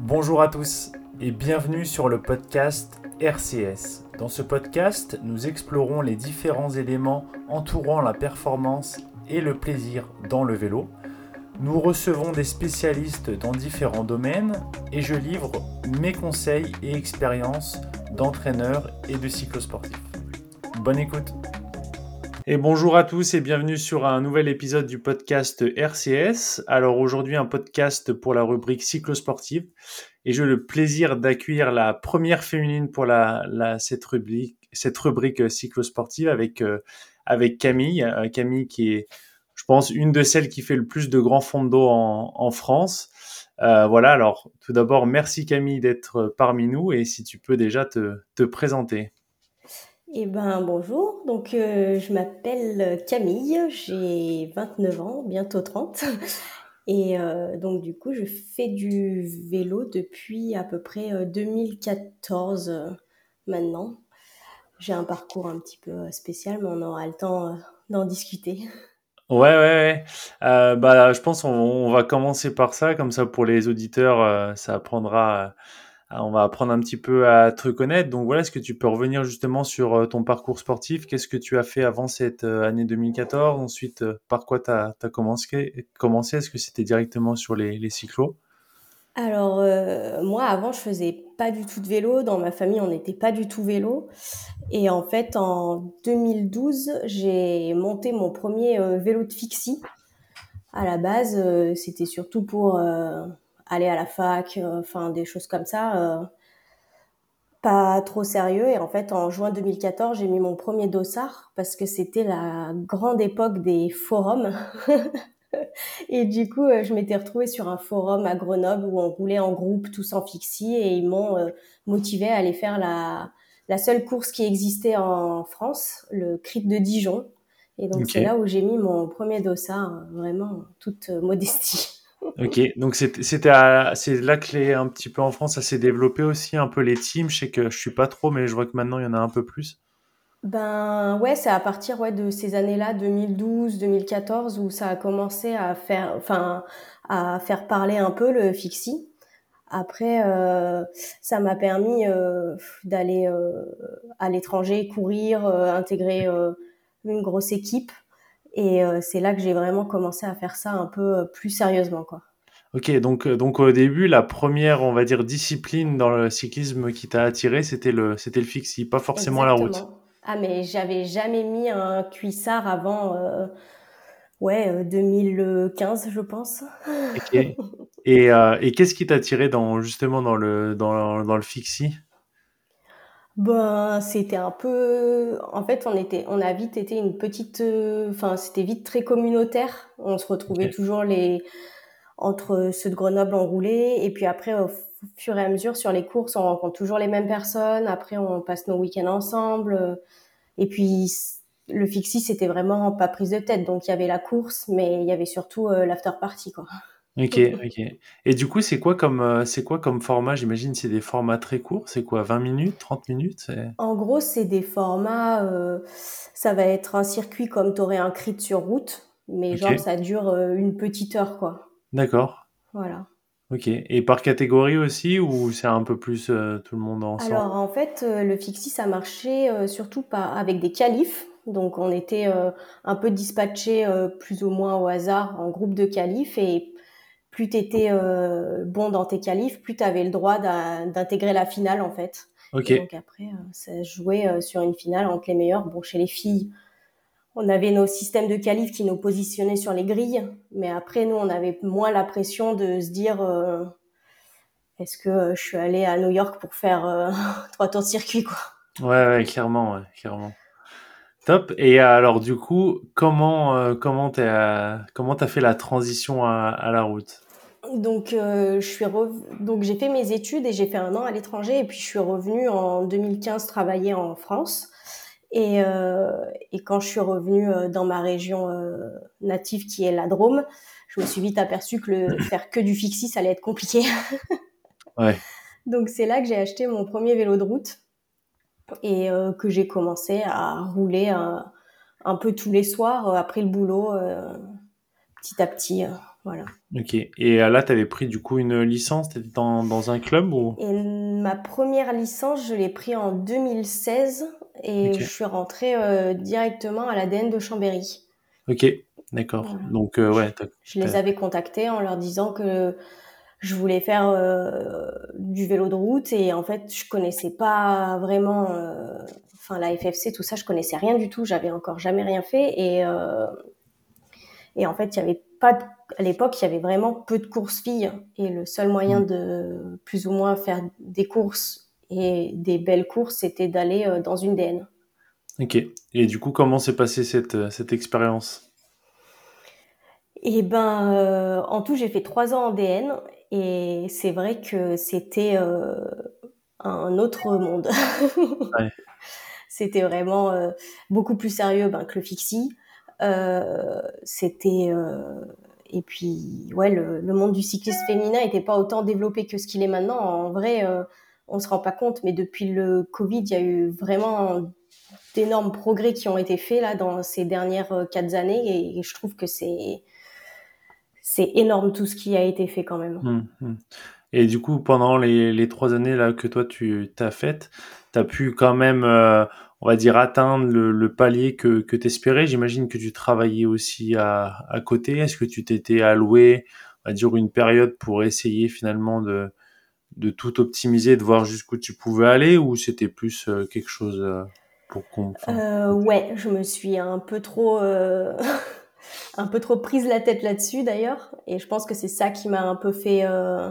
Bonjour à tous et bienvenue sur le podcast RCS. Dans ce podcast, nous explorons les différents éléments entourant la performance et le plaisir dans le vélo. Nous recevons des spécialistes dans différents domaines et je livre mes conseils et expériences d'entraîneur et de cyclosportif. Bonne écoute. Et bonjour à tous et bienvenue sur un nouvel épisode du podcast RCS. Alors aujourd'hui un podcast pour la rubrique cyclosportive et j'ai le plaisir d'accueillir la première féminine pour cette rubrique cyclosportive avec Camille. Camille qui est, je pense, une de celles qui fait le plus de grands fonds d'eau en France. Voilà, alors tout d'abord merci Camille d'être parmi nous et si tu peux déjà te présenter. Eh ben bonjour, je m'appelle Camille, j'ai 29 ans, bientôt 30 et donc du coup je fais du vélo depuis à peu près 2014 maintenant. J'ai un parcours un petit peu spécial mais on aura le temps d'en discuter. Ouais. Bah, je pense on va commencer par ça, comme ça pour les auditeurs, ça apprendra. On va apprendre un petit peu à te connaître. Donc voilà, est-ce que tu peux revenir justement sur ton parcours sportif? Qu'est-ce que tu as fait avant cette année 2014? Ensuite, par quoi tu as commencé? Est-ce que c'était directement sur les cyclos? Alors moi avant je faisais pas du tout de vélo, dans ma famille on n'était pas du tout vélo. Et en fait, en 2012, j'ai monté mon premier vélo de fixie. À la base, c'était surtout pour aller à la fac, enfin des choses comme ça, pas trop sérieux. Et en fait, en juin 2014, j'ai mis mon premier dossard parce que c'était la grande époque des forums. Et du coup, je m'étais retrouvée sur un forum à Grenoble où on roulait en groupe, tous en fixie, et ils m'ont motivée à aller faire la seule course qui existait en France, le Crit de Dijon. Et donc, Ok, c'est là où j'ai mis mon premier dossard, vraiment en toute modestie. ok. Donc c'est là que un petit peu en France, ça s'est développé aussi un peu les teams. Je sais que je suis pas trop, mais je vois que maintenant il y en a un peu plus. Ben ouais, c'est à partir de ces années-là, 2012, 2014, où ça a commencé à faire parler un peu le fixie. Après, ça m'a permis d'aller à l'étranger, courir, intégrer une grosse équipe. Et c'est là que j'ai vraiment commencé à faire ça un peu plus sérieusement, quoi. Ok, donc au début, la première, on va dire, discipline dans le cyclisme qui t'a attiré, c'était le fixie, pas forcément la route. Exactement. Ah, mais j'avais jamais mis un cuissard avant, 2015, je pense. Ok. Et qu'est-ce qui t'a attiré justement dans le fixie? Ben, c'était un peu, en fait, on a vite été une petite, enfin, c'était vite très communautaire. On se retrouvait Ok. toujours entre ceux de Grenoble enroulés. Et puis après, au fur et à mesure, sur les courses, on rencontre toujours les mêmes personnes. Après, on passe nos week-ends ensemble. Et puis, le fixie, c'était vraiment pas prise de tête. Donc, il y avait la course, mais il y avait surtout l'after party, quoi. Ok. Et du coup, c'est quoi comme format? J'imagine c'est des formats très courts. C'est quoi, 20 minutes, 30 minutes? En gros, c'est des formats, ça va être un circuit comme t'aurais un crit sur route, mais genre, Ok, ça dure une petite heure, quoi. d'accord. Voilà. Ok. Et par catégorie aussi, ou c'est un peu plus tout le monde ensemble? Alors en fait, le fixie, ça marchait surtout avec des qualifs. Donc on était un peu dispatchés plus ou moins au hasard en groupe de qualifs et plus tu étais bon dans tes qualifs, plus tu avais le droit d'intégrer la finale en fait. Ok. Et donc après, ça se jouait sur une finale entre les meilleurs. Bon, chez les filles, on avait nos systèmes de qualifs qui nous positionnaient sur les grilles, mais après nous, on avait moins la pression de se dire est-ce que je suis allée à New York pour faire 3 tours de circuit, quoi. Ouais, clairement, ouais, clairement. Top. Et alors, du coup, comment t'as fait la transition à la route? Donc j'ai fait mes études et j'ai fait un an à l'étranger et puis je suis revenue en 2015 travailler en France. Et quand je suis revenue dans ma région native qui est la Drôme, je me suis vite aperçue que faire que du fixie, ça allait être compliqué. Ouais. Donc c'est là que j'ai acheté mon premier vélo de route et que j'ai commencé à rouler un peu tous les soirs après le boulot, petit à petit. Voilà. Ok. Et là, tu avais pris du coup une licence, tu étais dans un club ou? Et ma première licence, je l'ai pris en 2016 et je Ok. suis rentrée directement à l'ADN de Chambéry. Ok, d'accord. Voilà. Donc, Je, ouais, je les avais contactés en leur disant que je voulais faire du vélo de route et en fait, je connaissais pas vraiment, enfin la FFC, tout ça, je connaissais rien du tout. J'avais encore jamais rien fait et en fait, il y avait pas de, à l'époque, il y avait vraiment peu de courses filles et le seul moyen Hmm. de plus ou moins faire des courses et des belles courses, c'était d'aller dans une DN. Ok. Et du coup, comment s'est passée cette expérience? Et ben, en tout, j'ai fait 3 ans en DN et c'est vrai que c'était un autre monde. Ouais. C'était vraiment beaucoup plus sérieux que le fixie. C'était et puis ouais, le monde du cyclisme féminin était pas autant développé que ce qu'il est maintenant. En vrai, on se rend pas compte, mais depuis le Covid, il y a eu vraiment d'énormes progrès qui ont été faits là dans ces dernières 4 années et je trouve que c'est énorme tout ce qui a été fait quand même. Hmm, hmm. Et du coup, pendant les 3 années là que toi tu t'as faites, t'as pu quand même, on va dire, atteindre le palier que t'espérais. J'imagine que tu travaillais aussi à côté. Est-ce que tu t'étais alloué, on va dire, une période pour essayer finalement de tout optimiser, de voir jusqu'où tu pouvais aller, ou c'était plus quelque chose enfin. Ouais, je me suis un peu trop un peu trop prise la tête là-dessus d'ailleurs et je pense que c'est ça qui m'a un peu fait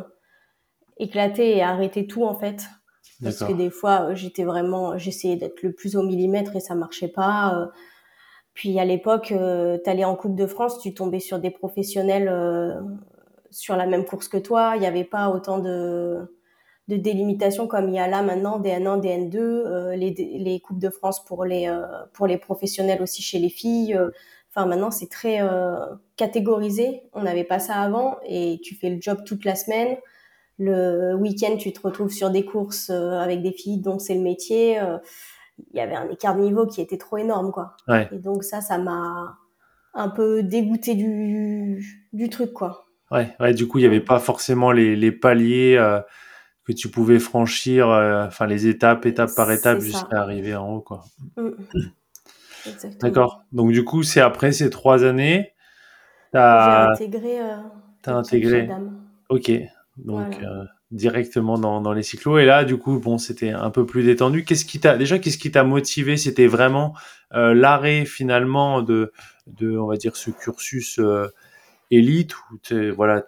éclater et arrêter tout en fait parce que D'accord. des fois j'essayais d'être le plus au millimètre et ça marchait pas. Puis à l'époque, t'allais en Coupe de France, tu tombais sur des professionnels sur la même course que toi. Il n'y avait pas autant de délimitation comme il y a là maintenant, DN1, DN2, les Coupes de France pour les professionnels aussi chez les filles. Enfin, maintenant, c'est très catégorisé. On n'avait pas ça avant et tu fais le job toute la semaine. Le week-end, tu te retrouves sur des courses avec des filles dont c'est le métier. Il y avait un écart de niveau qui était trop énorme, quoi. Ouais. Et donc ça m'a un peu dégoûté du truc, quoi. Ouais, ouais, du coup, il y avait Mm. pas forcément les paliers que tu pouvais franchir, enfin les étapes, étape par étape, C'est jusqu'à ça. arriver en haut, quoi. Mm. Exactement. D'accord. Donc du coup, c'est après ces 3 années, Que j'ai t'as intégré t'as Équipe intégré. Sodam. Ok. Donc Voilà. directement dans les cyclos. Et là, du coup, bon, c'était un peu plus détendu. Qu'est-ce qui t'a motivé? C'était vraiment l'arrêt finalement on va dire, ce cursus élite où voilà,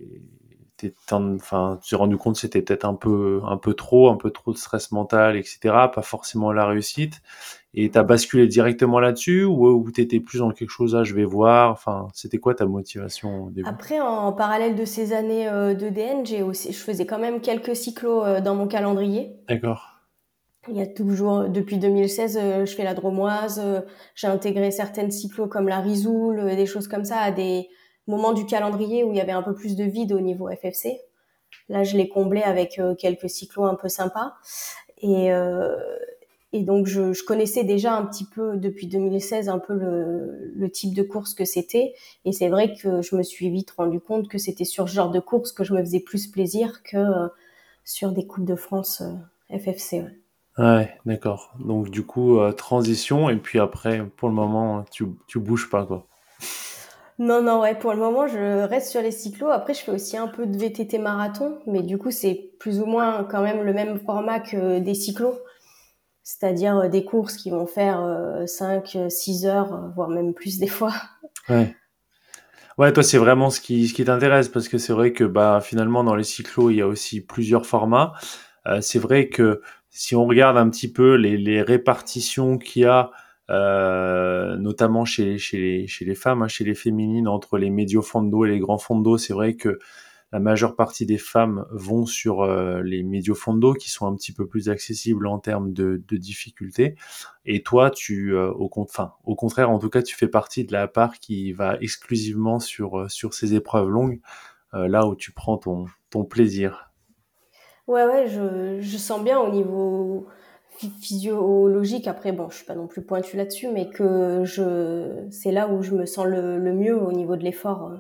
enfin, tu t'es rendu compte que c'était peut-être un peu trop de stress mental, etc. Pas forcément la réussite. Et t'as basculé directement là-dessus ou t'étais plus dans quelque chose, je vais voir. Enfin, c'était quoi ta motivation au début? Après, en parallèle de ces années de DN, je faisais quand même quelques cyclos dans mon calendrier. D'accord. Il y a toujours, depuis 2016, je fais la Dromoise. J'ai intégré certaines cyclos comme la Risoul, des choses comme ça, à des moments du calendrier où il y avait un peu plus de vide au niveau FFC. Là, je l'ai comblé avec quelques cyclos un peu sympas. Et, euh, et donc, je connaissais déjà un petit peu, depuis 2016, un peu le type de course que c'était. Et c'est vrai que je me suis vite rendu compte que c'était sur ce genre de course que je me faisais plus plaisir que sur des Coupes de France FFC. Ouais. Ouais, d'accord. Donc du coup, transition et puis après, pour le moment, tu bouges pas, quoi. Non, non, ouais, pour le moment, je reste sur les cyclos. Après, je fais aussi un peu de VTT marathon, mais du coup, c'est plus ou moins quand même le même format que des cyclos. C'est-à-dire des courses qui vont faire 5, 6 heures, voire même plus des fois. Ouais. Ouais, toi, c'est vraiment ce qui t'intéresse parce que c'est vrai que bah finalement dans les cyclos, il y a aussi plusieurs formats. C'est vrai que si on regarde un petit peu les répartitions qu'il y a, notamment chez les femmes, hein, chez les féminines, entre les médios fondo et les grands fondos, c'est vrai que la majeure partie des femmes vont sur les médios fondo qui sont un petit peu plus accessibles en termes de difficulté. Et toi, enfin, au contraire, en tout cas, tu fais partie de la part qui va exclusivement sur ces épreuves longues, là où tu prends ton plaisir. Ouais, ouais, je sens bien au niveau physiologique. Après, bon, je suis pas non plus pointue là-dessus, mais c'est là où je me sens le mieux au niveau de l'effort.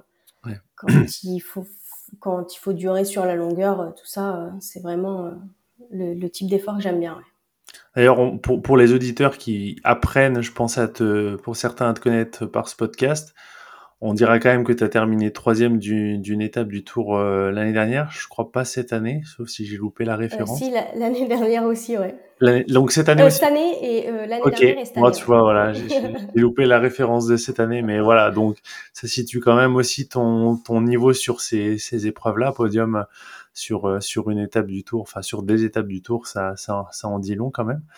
Ouais. Quand il faut, quand il faut durer sur la longueur, tout ça, c'est vraiment le type d'effort que j'aime bien. Ouais. D'ailleurs, pour les auditeurs qui apprennent, je pense pour certains à te connaître par ce podcast, on dira quand même que tu as terminé troisième d'une étape du Tour l'année dernière. Je crois pas cette année, sauf si j'ai loupé la Si, référence. l'année dernière aussi, ouais. Donc cette année aussi. Cette année et l'année Ok, dernière et cette moi année, tu ouais. vois, voilà, j'ai loupé la référence de cette année, mais voilà, donc ça situe quand même aussi ton niveau sur ces épreuves-là, podium sur une étape du Tour, enfin sur des étapes du Tour, ça en dit long quand même.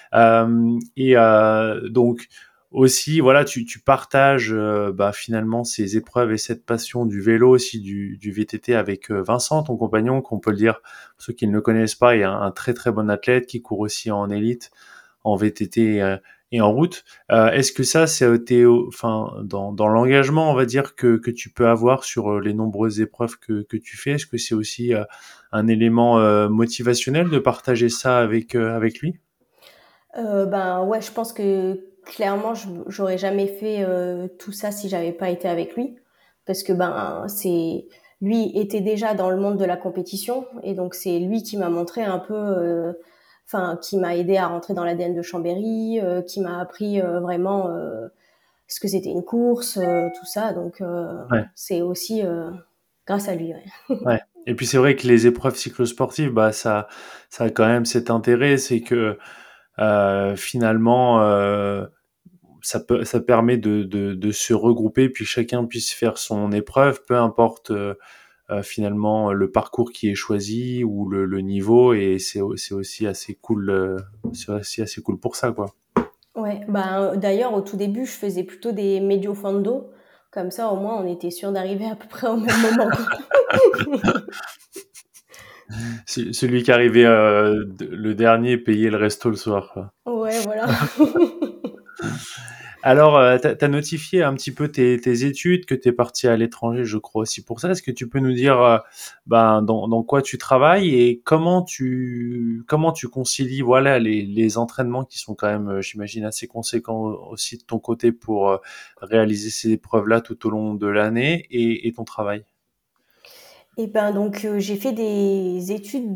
Donc aussi, voilà, tu partages finalement ces épreuves et cette passion du vélo aussi du VTT avec Vincent, ton compagnon, qu'on peut le dire, pour ceux qui ne le connaissent pas, est un très très bon athlète qui court aussi en élite, en VTT et en route. Est-ce que ça, c'est enfin, dans l'engagement, on va dire, que tu peux avoir sur les nombreuses épreuves que tu fais, est-ce que c'est aussi un élément motivationnel de partager ça avec lui? Ben ouais, je pense que clairement, j'aurais jamais fait tout ça si j'avais pas été avec lui, parce que ben c'est lui était déjà dans le monde de la compétition et donc c'est lui qui m'a montré un peu, enfin qui m'a aidé à rentrer dans l'ADN de Chambéry, qui m'a appris vraiment ce que c'était une course, tout ça. Donc Ouais. c'est aussi grâce à lui. Ouais. Ouais. Et puis c'est vrai que les épreuves cyclosportives, ça a quand même cet intérêt, c'est que finalement, ça permet de se regrouper, puis chacun puisse faire son épreuve, peu importe finalement le parcours qui est choisi ou le niveau, et c'est aussi assez cool, c'est aussi assez cool pour ça, quoi. Ouais, ben, d'ailleurs, au tout début, je faisais plutôt des médio fondo. Comme ça, au moins, on était sûr d'arriver à peu près au même moment, quoi. Celui qui arrivait le dernier payait le resto le soir, quoi. Ouais, voilà. Alors, tu as notifié un petit peu tes études, que tu es parti à l'étranger, je crois aussi pour ça. Est-ce que tu peux nous dire dans quoi tu travailles et comment tu concilies voilà, les entraînements qui sont quand même, j'imagine, assez conséquents aussi de ton côté pour réaliser ces épreuves-là tout au long de l'année et ton travail? Et ben, donc, j'ai fait des études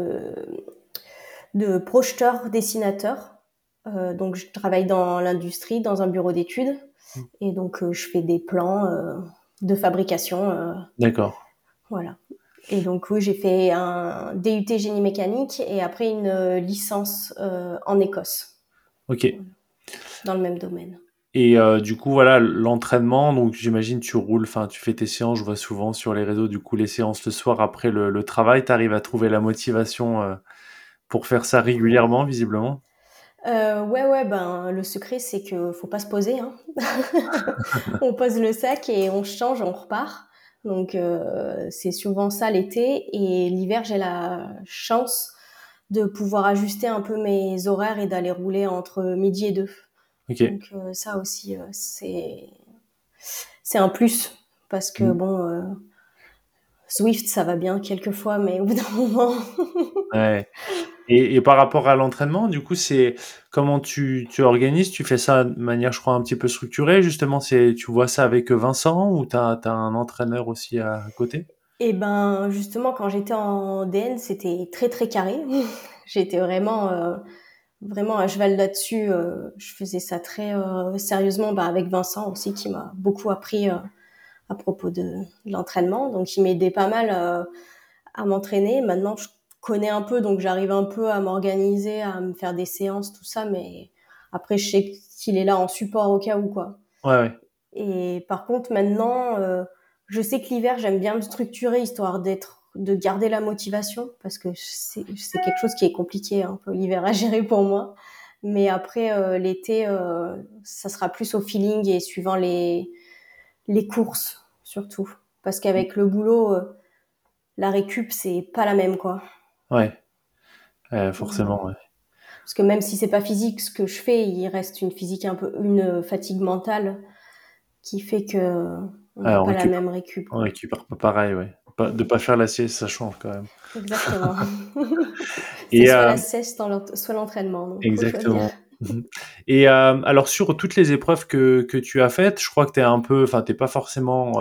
de projeteur dessinateur. Donc, je travaille dans l'industrie, dans un bureau d'études. Mm. Et donc, je fais des plans de fabrication. D'accord. Voilà. Et donc, oui, j'ai fait un DUT génie mécanique et après une licence en Écosse, Ok. dans le même domaine. Et du coup, voilà, l'entraînement, donc j'imagine tu roules, enfin tu fais tes séances, je vois souvent sur les réseaux, du coup les séances le soir après le travail, tu arrives à trouver la motivation pour faire ça régulièrement, visiblement? Ouais, ouais, ben, le secret, c'est que faut pas se poser, hein. On pose le sac et on change, on repart. Donc, c'est souvent ça l'été. Et l'hiver, j'ai la chance de pouvoir ajuster un peu mes horaires et d'aller rouler entre midi et deux. Ok. Donc, ça aussi, c'est un plus. Parce que, Mm. bon, Swift, ça va bien quelquefois, mais au bout d'un moment. Ouais. Et par rapport à l'entraînement, du coup, c'est comment tu organises? Tu fais ça de manière, je crois, un petit peu structurée, justement, tu vois ça avec Vincent ou t'as un entraîneur aussi à côté? Et ben, justement, quand j'étais en DN, c'était très, très carré. J'étais vraiment à cheval là-dessus. Je faisais ça très sérieusement, bah, avec Vincent aussi, qui m'a beaucoup appris à propos de l'entraînement. Donc, il m'aidait pas mal à m'entraîner. Maintenant, je connais un peu, donc j'arrive un peu à m'organiser, à me faire des séances, tout ça. Mais après, je sais qu'il est là en support au cas où, quoi. Ouais, ouais. Et par contre, maintenant, je sais que l'hiver, j'aime bien me structurer histoire de garder la motivation parce que c'est quelque chose qui est compliqué un peu l'hiver à gérer pour moi. Mais après, l'été, ça sera plus au feeling et suivant les courses surtout. Parce qu'avec le boulot, la récup, c'est pas la même, quoi. Ouais, Voilà. forcément, ouais. Parce que même si c'est pas physique ce que je fais, il reste une fatigue mentale qui fait que on n'a Ouais, pas la même récup, on quoi. récupère pas pareil, ouais. De pas faire la sieste, ça change quand même. Exactement. C'est Et soit la sieste, soit l'entraînement, donc faut choisir. exactement. Mmh. Et alors sur toutes les épreuves que tu as faites, je crois que tu es un peu enfin tu pas forcément,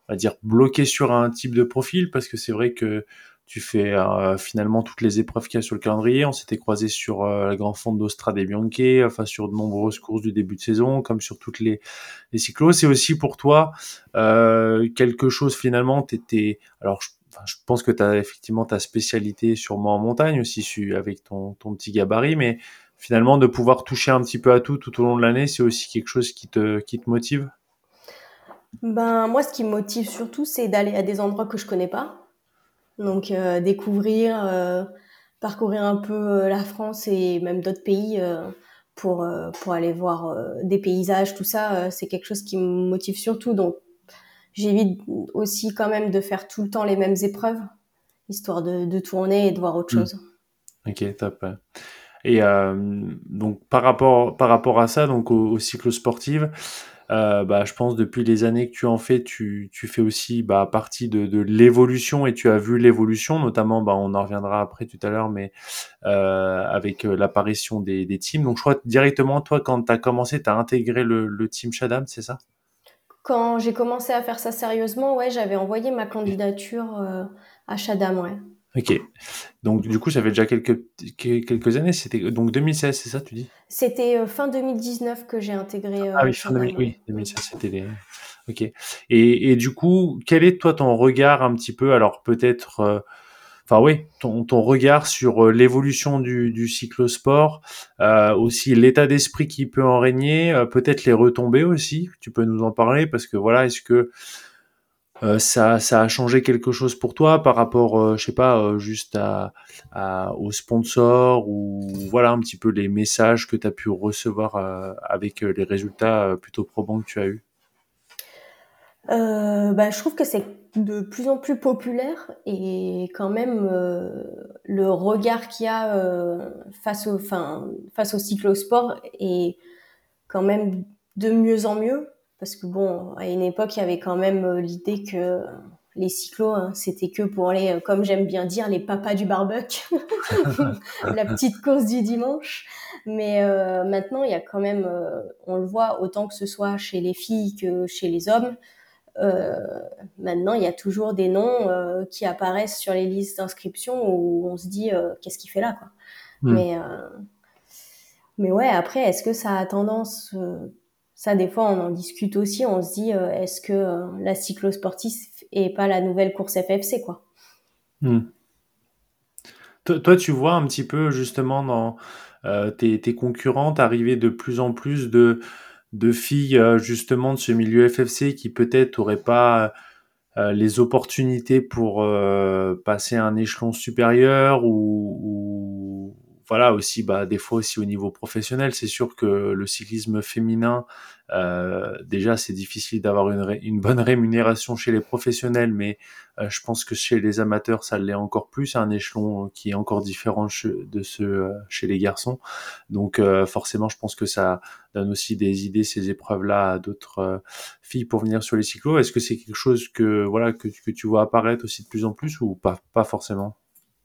on va dire, bloqué sur un type de profil? Parce que c'est vrai que tu fais finalement toutes les épreuves qu'il y a sur le calendrier. On s'était croisé sur la Grand Fondo d'Ostrade et Bianche, enfin sur de nombreuses courses du début de saison, comme sur toutes les cyclos. C'est aussi pour toi quelque chose finalement, alors enfin, je pense que tu as effectivement ta spécialité sûrement en montagne aussi avec ton petit gabarit, mais finalement de pouvoir toucher un petit peu à tout au long de l'année, c'est aussi quelque chose qui te motive? Ben, moi, ce qui me motive surtout, c'est d'aller à des endroits que je connais pas. Donc, découvrir, parcourir un peu la France et même d'autres pays pour aller voir des paysages, tout ça, c'est quelque chose qui me motive surtout. Donc, j'évite aussi quand même de faire tout le temps les mêmes épreuves, histoire de tourner et de voir autre Hmm. chose. Ok, top. Ouais. Et donc par rapport à ça, donc aux cyclosportives, bah, je pense depuis les années que tu en fais, tu fais aussi bah, partie de l'évolution et tu as vu l'évolution, notamment, bah, on en reviendra après tout à l'heure, mais avec l'apparition des teams. Donc je crois que directement, toi, quand tu as commencé, tu as intégré le team Shadam, c'est ça? Quand j'ai commencé à faire ça sérieusement, ouais, j'avais envoyé ma Ok. candidature à Chadam, ouais. Ok. Donc du coup, ça fait déjà quelques années, c'était donc 2016, c'est ça, tu dis? C'était fin 2019 que j'ai intégré Ah oui, fin 2000, Chadam, ouais. oui, 2016, c'était les. Ok. Et du coup, quel est toi ton regard un petit peu, alors peut-être, enfin oui, ton regard sur l'évolution du cyclosport, aussi l'état d'esprit qui peut en régner, peut-être les retombées aussi, tu peux nous en parler parce que voilà, est-ce que ça a changé quelque chose pour toi par rapport, je sais pas, juste aux sponsors ou voilà un petit peu les messages que tu as pu recevoir avec les résultats plutôt probants que tu as eu? Bah, je trouve que c'est de plus en plus populaire et quand même le regard qu'il y a face au cyclosport est quand même de mieux en mieux parce que bon, à une époque, il y avait quand même l'idée que les cyclos, hein, c'était que pour les, comme j'aime bien dire, les papas du barbecue, la petite course du dimanche. Mais maintenant, il y a quand même, on le voit autant que ce soit chez les filles que chez les hommes. Euh, Maintenant, il y a toujours des noms qui apparaissent sur les listes d'inscription où on se dit qu'est-ce qu'il fait là, quoi. Hmm. Mais mais ouais, après, est-ce que ça a tendance ça, des fois, on en discute aussi. On se dit, est-ce que la cyclosportive est pas la nouvelle course FFC, quoi. Hmm. Toi, tu vois un petit peu justement dans tes concurrentes arriver de plus en plus de filles justement de ce milieu FFC qui peut-être n'auraient pas les opportunités pour passer à un échelon supérieur ou voilà aussi bah des fois aussi au niveau professionnel. C'est sûr que le cyclisme féminin déjà c'est difficile d'avoir une bonne rémunération chez les professionnels, mais je pense que chez les amateurs ça l'est encore plus, à un échelon qui est encore différent de ceux chez les garçons. Donc forcément je pense que ça donne aussi des idées ces épreuves-là à d'autres filles pour venir sur les cyclos. Est-ce que c'est quelque chose que voilà que tu vois apparaître aussi de plus en plus ou pas forcément?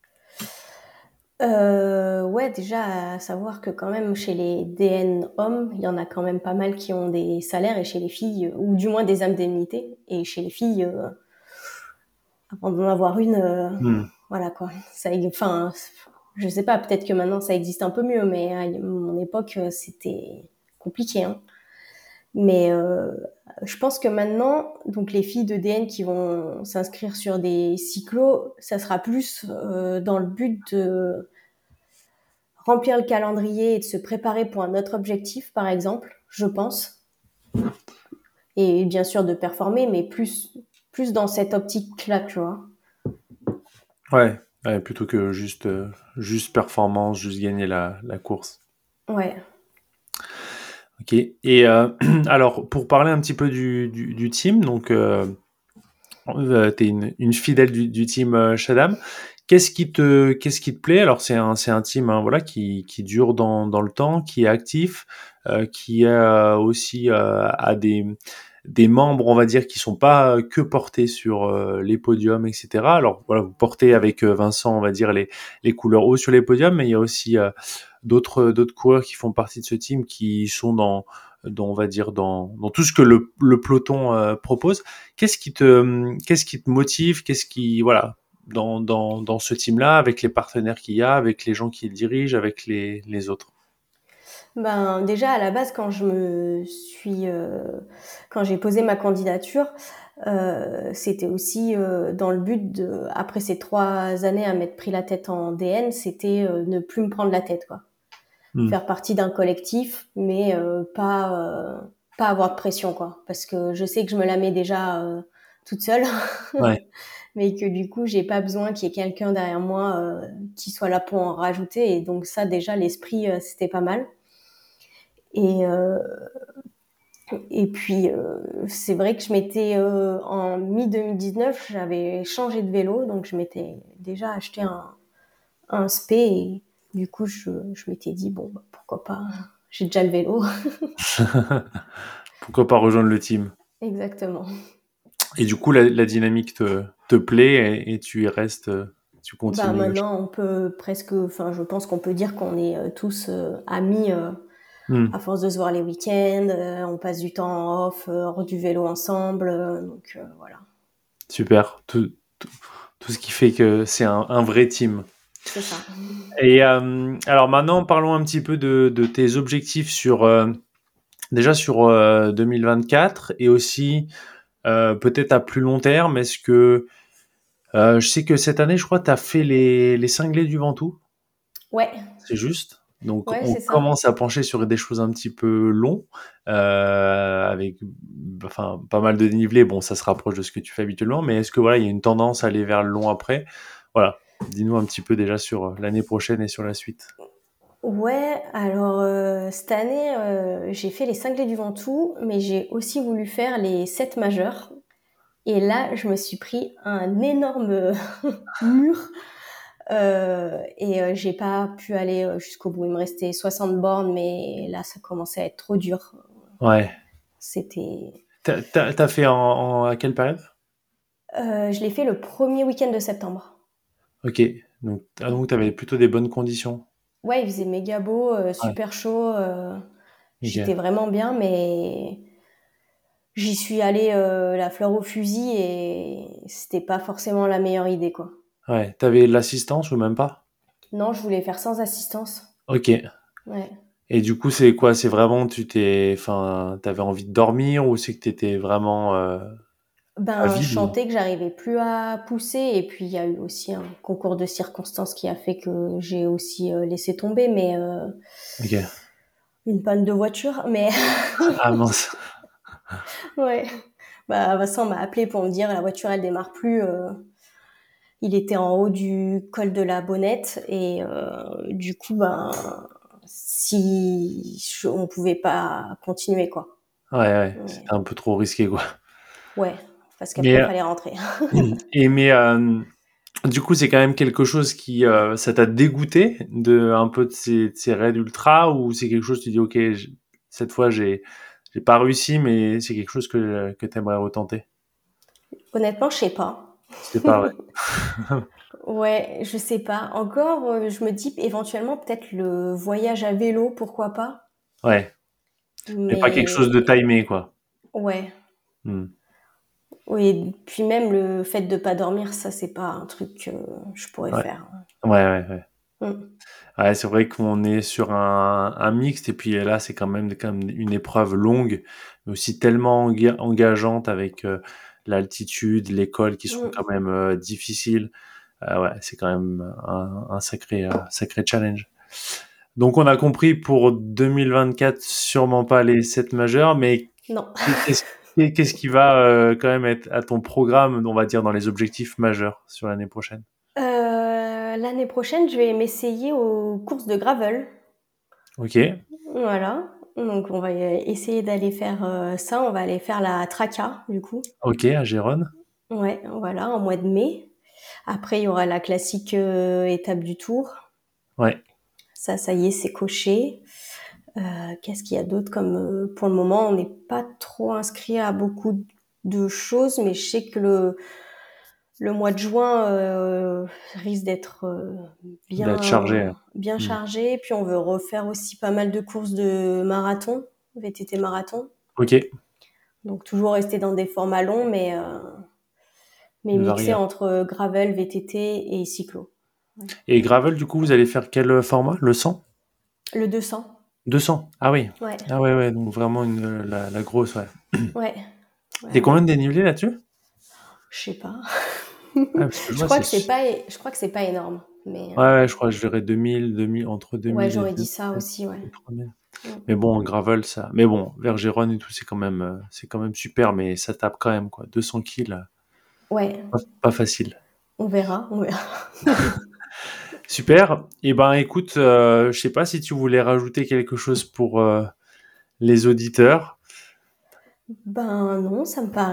Ouais, déjà, à savoir que quand même, chez les DN hommes, il y en a quand même pas mal qui ont des salaires et chez les filles, ou du moins des indemnités. Et chez les filles, avant d'en avoir une, Hmm. voilà quoi. Enfin, je sais pas, peut-être que maintenant ça existe un peu mieux, mais à mon époque, c'était compliqué, hein. Mais je pense que maintenant, donc les filles de DN qui vont s'inscrire sur des cyclos, ça sera plus dans le but de remplir le calendrier et de se préparer pour un autre objectif, par exemple, je pense. Et bien sûr de performer, mais plus dans cette optique-là, tu vois. Ouais, ouais, plutôt que juste performance, juste gagner la course. Ouais. Ok. Et alors pour parler un petit peu du team, donc tu es une fidèle du team Shadam. Qu'est-ce qui te plaît? Alors c'est un team hein, voilà qui dure dans le temps, qui est actif, qui a aussi a des membres, on va dire, qui sont pas que portés sur les podiums, etc. Alors voilà, vous portez avec Vincent, on va dire les couleurs haut sur les podiums, mais il y a aussi d'autres coureurs qui font partie de ce team qui sont on va dire dans tout ce que le peloton propose. Qu'est-ce qui te motive? Qu'est-ce qui voilà dans ce team-là, avec les partenaires qu'il y a, avec les gens qui le dirigent, avec les autres? Ben, déjà, à la base, quand j'ai posé ma candidature, c'était aussi dans le but après ces 3 années à m'être pris la tête en DN, c'était ne plus me prendre la tête, quoi. Hmm. Faire partie d'un collectif, mais pas avoir de pression, quoi. Parce que je sais que je me la mets déjà toute seule, Ouais. mais que du coup, j'ai pas besoin qu'il y ait quelqu'un derrière moi qui soit là pour en rajouter. Et donc ça, déjà, l'esprit, c'était pas mal. Et, euh, et puis, c'est vrai que en mi-2019, j'avais changé de vélo, donc je m'étais déjà acheté un spé et du coup, je m'étais dit, bon, bah, pourquoi pas, j'ai déjà le vélo. Pourquoi pas rejoindre le team? Exactement. Et du coup, la dynamique te plaît et tu y restes, tu Bah, continues. maintenant, enfin, je pense qu'on peut dire qu'on est tous amis Hmm. à force de se voir les week-ends, on passe du temps en off, hors du vélo ensemble, donc voilà, Super. Tout ce qui fait que c'est un vrai team. c'est ça. Et alors maintenant, parlons un petit peu de tes objectifs déjà sur 2024 et aussi peut-être à plus long terme. Est-ce que je sais que cette année, je crois, tu as fait les cinglés du Ventoux, Ouais, c'est juste. Donc ouais, on c'est ça. commence à pencher sur des choses un petit peu longs, avec enfin pas mal de dénivelé. Bon, ça se rapproche de ce que tu fais habituellement, mais est-ce que voilà, il y a une tendance à aller vers le long après? Voilà. Dis-nous un petit peu déjà sur l'année prochaine et sur la suite. Ouais, alors cette année, j'ai fait les cinglés du Ventoux, mais j'ai aussi voulu faire les 7 majeurs. Et là, je me suis pris un énorme mur et j'ai pas pu aller jusqu'au bout. Il me restait 60 bornes, mais là, ça commençait à être trop dur. Ouais. C'était, T'as fait à quelle période? je l'ai fait le premier week-end de septembre. Ok. Donc t'avais plutôt des bonnes conditions. Ouais, il faisait méga beau, Ouais. super chaud. J'étais Ok. vraiment bien, mais j'y suis allée la fleur au fusil et c'était pas forcément la meilleure idée, quoi. Ouais. T'avais de l'assistance ou même pas? Non, je voulais faire sans assistance. Ok. Ouais. Et du coup, c'est quoi? C'est vraiment, enfin, t'avais envie de dormir ou c'est que t'étais vraiment à Ben, je vide ou... sentais que j'arrivais plus à pousser et puis il y a eu aussi un concours de circonstances qui a fait que j'ai aussi laissé tomber, mais Ok. une panne de voiture. Mais Ah mince. ouais, bah Vincent m'a appelé pour me dire la voiture elle démarre plus. Il était en haut du col de la Bonnette et du coup ben on pouvait pas continuer quoi. Ouais, ouais. Ouais, C'était un peu trop risqué, quoi. ouais, parce qu'après Mais, il fallait rentrer. mais du coup, c'est quand même quelque chose ça t'a dégoûté un peu de ces raids ultra ou c'est quelque chose, tu dis, ok, cette fois, j'ai pas réussi, mais c'est quelque chose que t'aimerais retenter. Honnêtement, je sais pas. Tu sais pas, ouais. Ouais, je sais pas. Encore, je me dis éventuellement peut-être le voyage à vélo, pourquoi pas. Ouais. Mais pas quelque chose de Mais timé, quoi. ouais, Hmm. oui. Puis même le fait de pas dormir, ça c'est pas un truc que je pourrais Ouais. faire. Ouais, ouais, ouais. Mm. Ouais, c'est vrai qu'on est sur un mixte et puis là, c'est quand même une épreuve longue, mais aussi tellement engageante avec l'altitude, l'école qui sont Mm. quand même difficiles. Ouais, c'est quand même un sacré challenge. Donc, on a compris pour 2024, sûrement pas les 7 majeurs, mais Non. qu'est-ce qu'est-ce qui va quand même être à ton programme, on va dire, dans les objectifs majeurs sur l'année prochaine? L'année prochaine, je vais m'essayer aux courses de gravel. Ok, Voilà. Donc on va essayer d'aller faire ça. On va aller faire la Traca du coup. ok, à Gérone. Ouais, voilà, en mois de mai. Après, il y aura la classique étape du Tour. Ouais, Ça y est, c'est coché. Qu'est-ce qu'il y a d'autre comme pour le moment, on n'est pas trop inscrit à beaucoup de choses, mais je sais que le mois de juin risque d'être d'être chargé. bien Hmm. chargé. Puis on veut refaire aussi pas mal de courses de marathon. VTT marathon. Ok, Donc toujours rester dans des formats longs, mais mixé variable. entre gravel, VTT et cyclo. Ouais. Et gravel, du coup, vous allez faire quel format? Le 100? Le 200. 200? Ah oui. Ouais, Ah ouais, ouais, donc vraiment la grosse, ouais. ouais, T'es ouais, combien ouais. de dénivelé là-dessus? Je sais pas. Ah, parce que je Je vois, crois que c'est pas, je crois que c'est pas énorme, mais Ouais, ouais, je crois que je verrais 2000, entre ouais, 2000 et j'aurais dit 2000, ça aussi, ouais. ou 3000. Mm. Mais bon, gravel, ça. Mais bon, Vergérone et tout, c'est quand même super, mais ça tape quand même, quoi. 200 kills, Ouais, pas facile. on verra, on verra. Super. Et ben, écoute, je sais pas si tu voulais rajouter quelque chose pour les auditeurs. Ben non,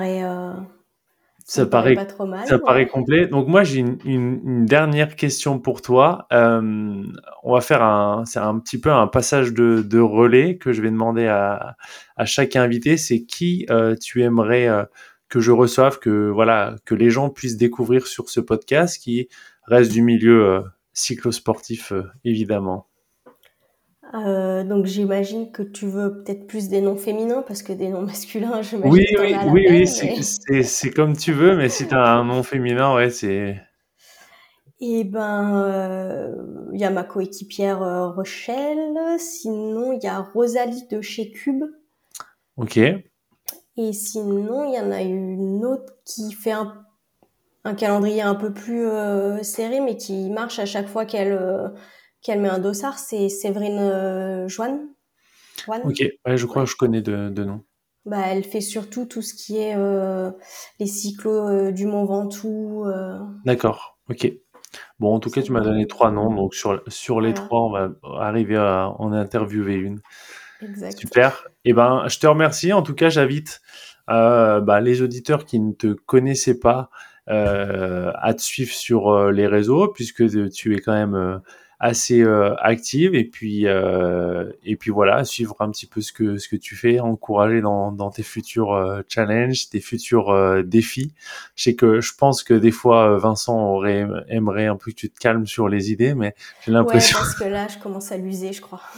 ça Ça me paraît paraît, pas trop mal, ça paraît ouais. complet. Donc moi, j'ai une dernière question pour toi. On va faire c'est un petit peu un passage de relais que je vais demander à chaque invité. C'est qui tu aimerais que je reçoive, que voilà, que les gens puissent découvrir sur ce podcast, qui reste du milieu cyclosportif, évidemment. Donc j'imagine que tu veux peut-être plus des noms féminins parce que des noms masculins, Oui, j'imagine que t'en oui, as à oui, oui, l'appel, mais c'est comme tu veux, mais si tu as un nom féminin, ouais, c'est et ben il y a ma coéquipière Rochelle, sinon il y a Rosalie de chez Cube ok. et sinon il y en a une autre qui fait un calendrier un peu plus serré mais qui marche à chaque fois qu'elle met un dossard, c'est Séverine Joanne. Ok, Joanne. ouais, je crois Ouais. que je connais de nom. Bah, elle fait surtout tout ce qui est les cyclos du Mont Ventoux. D'accord, ok. Bon, en tout cas, C'est tu m'as donné vraiment. trois noms, donc sur les Voilà, trois, on va arriver à en interviewer une. exact. Super. Eh ben, je te remercie. En tout cas, j'invite les auditeurs qui ne te connaissaient pas à te suivre sur les réseaux, puisque tu es quand même assez active. Et puis voilà, suivre un petit peu ce que tu fais, encourager dans tes futurs challenges, tes futurs défis. Je pense que des fois, Vincent aimerait un peu que tu te calmes sur les idées, mais j'ai Ouais, l'impression. parce que là, je commence à l'user, je crois.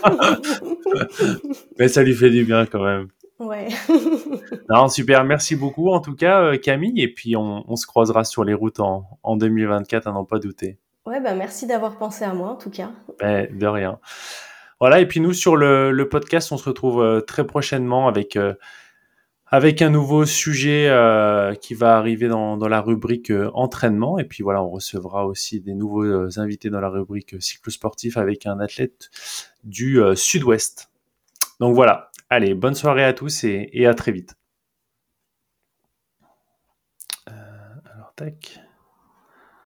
Mais ça lui fait du bien quand même. Ouais. Non, super, merci beaucoup en tout cas, Camille, et puis on se croisera sur les routes en 2024, à n'en pas douter. Ouais, bah merci d'avoir pensé à moi en tout cas. De rien. Voilà, et puis nous sur le podcast, on se retrouve très prochainement avec un nouveau sujet qui va arriver dans la rubrique entraînement, et puis voilà, on recevra aussi des nouveaux invités dans la rubrique cyclosportif avec un athlète du sud-ouest. Donc voilà, allez, bonne soirée à tous et à très vite. Alors, tac.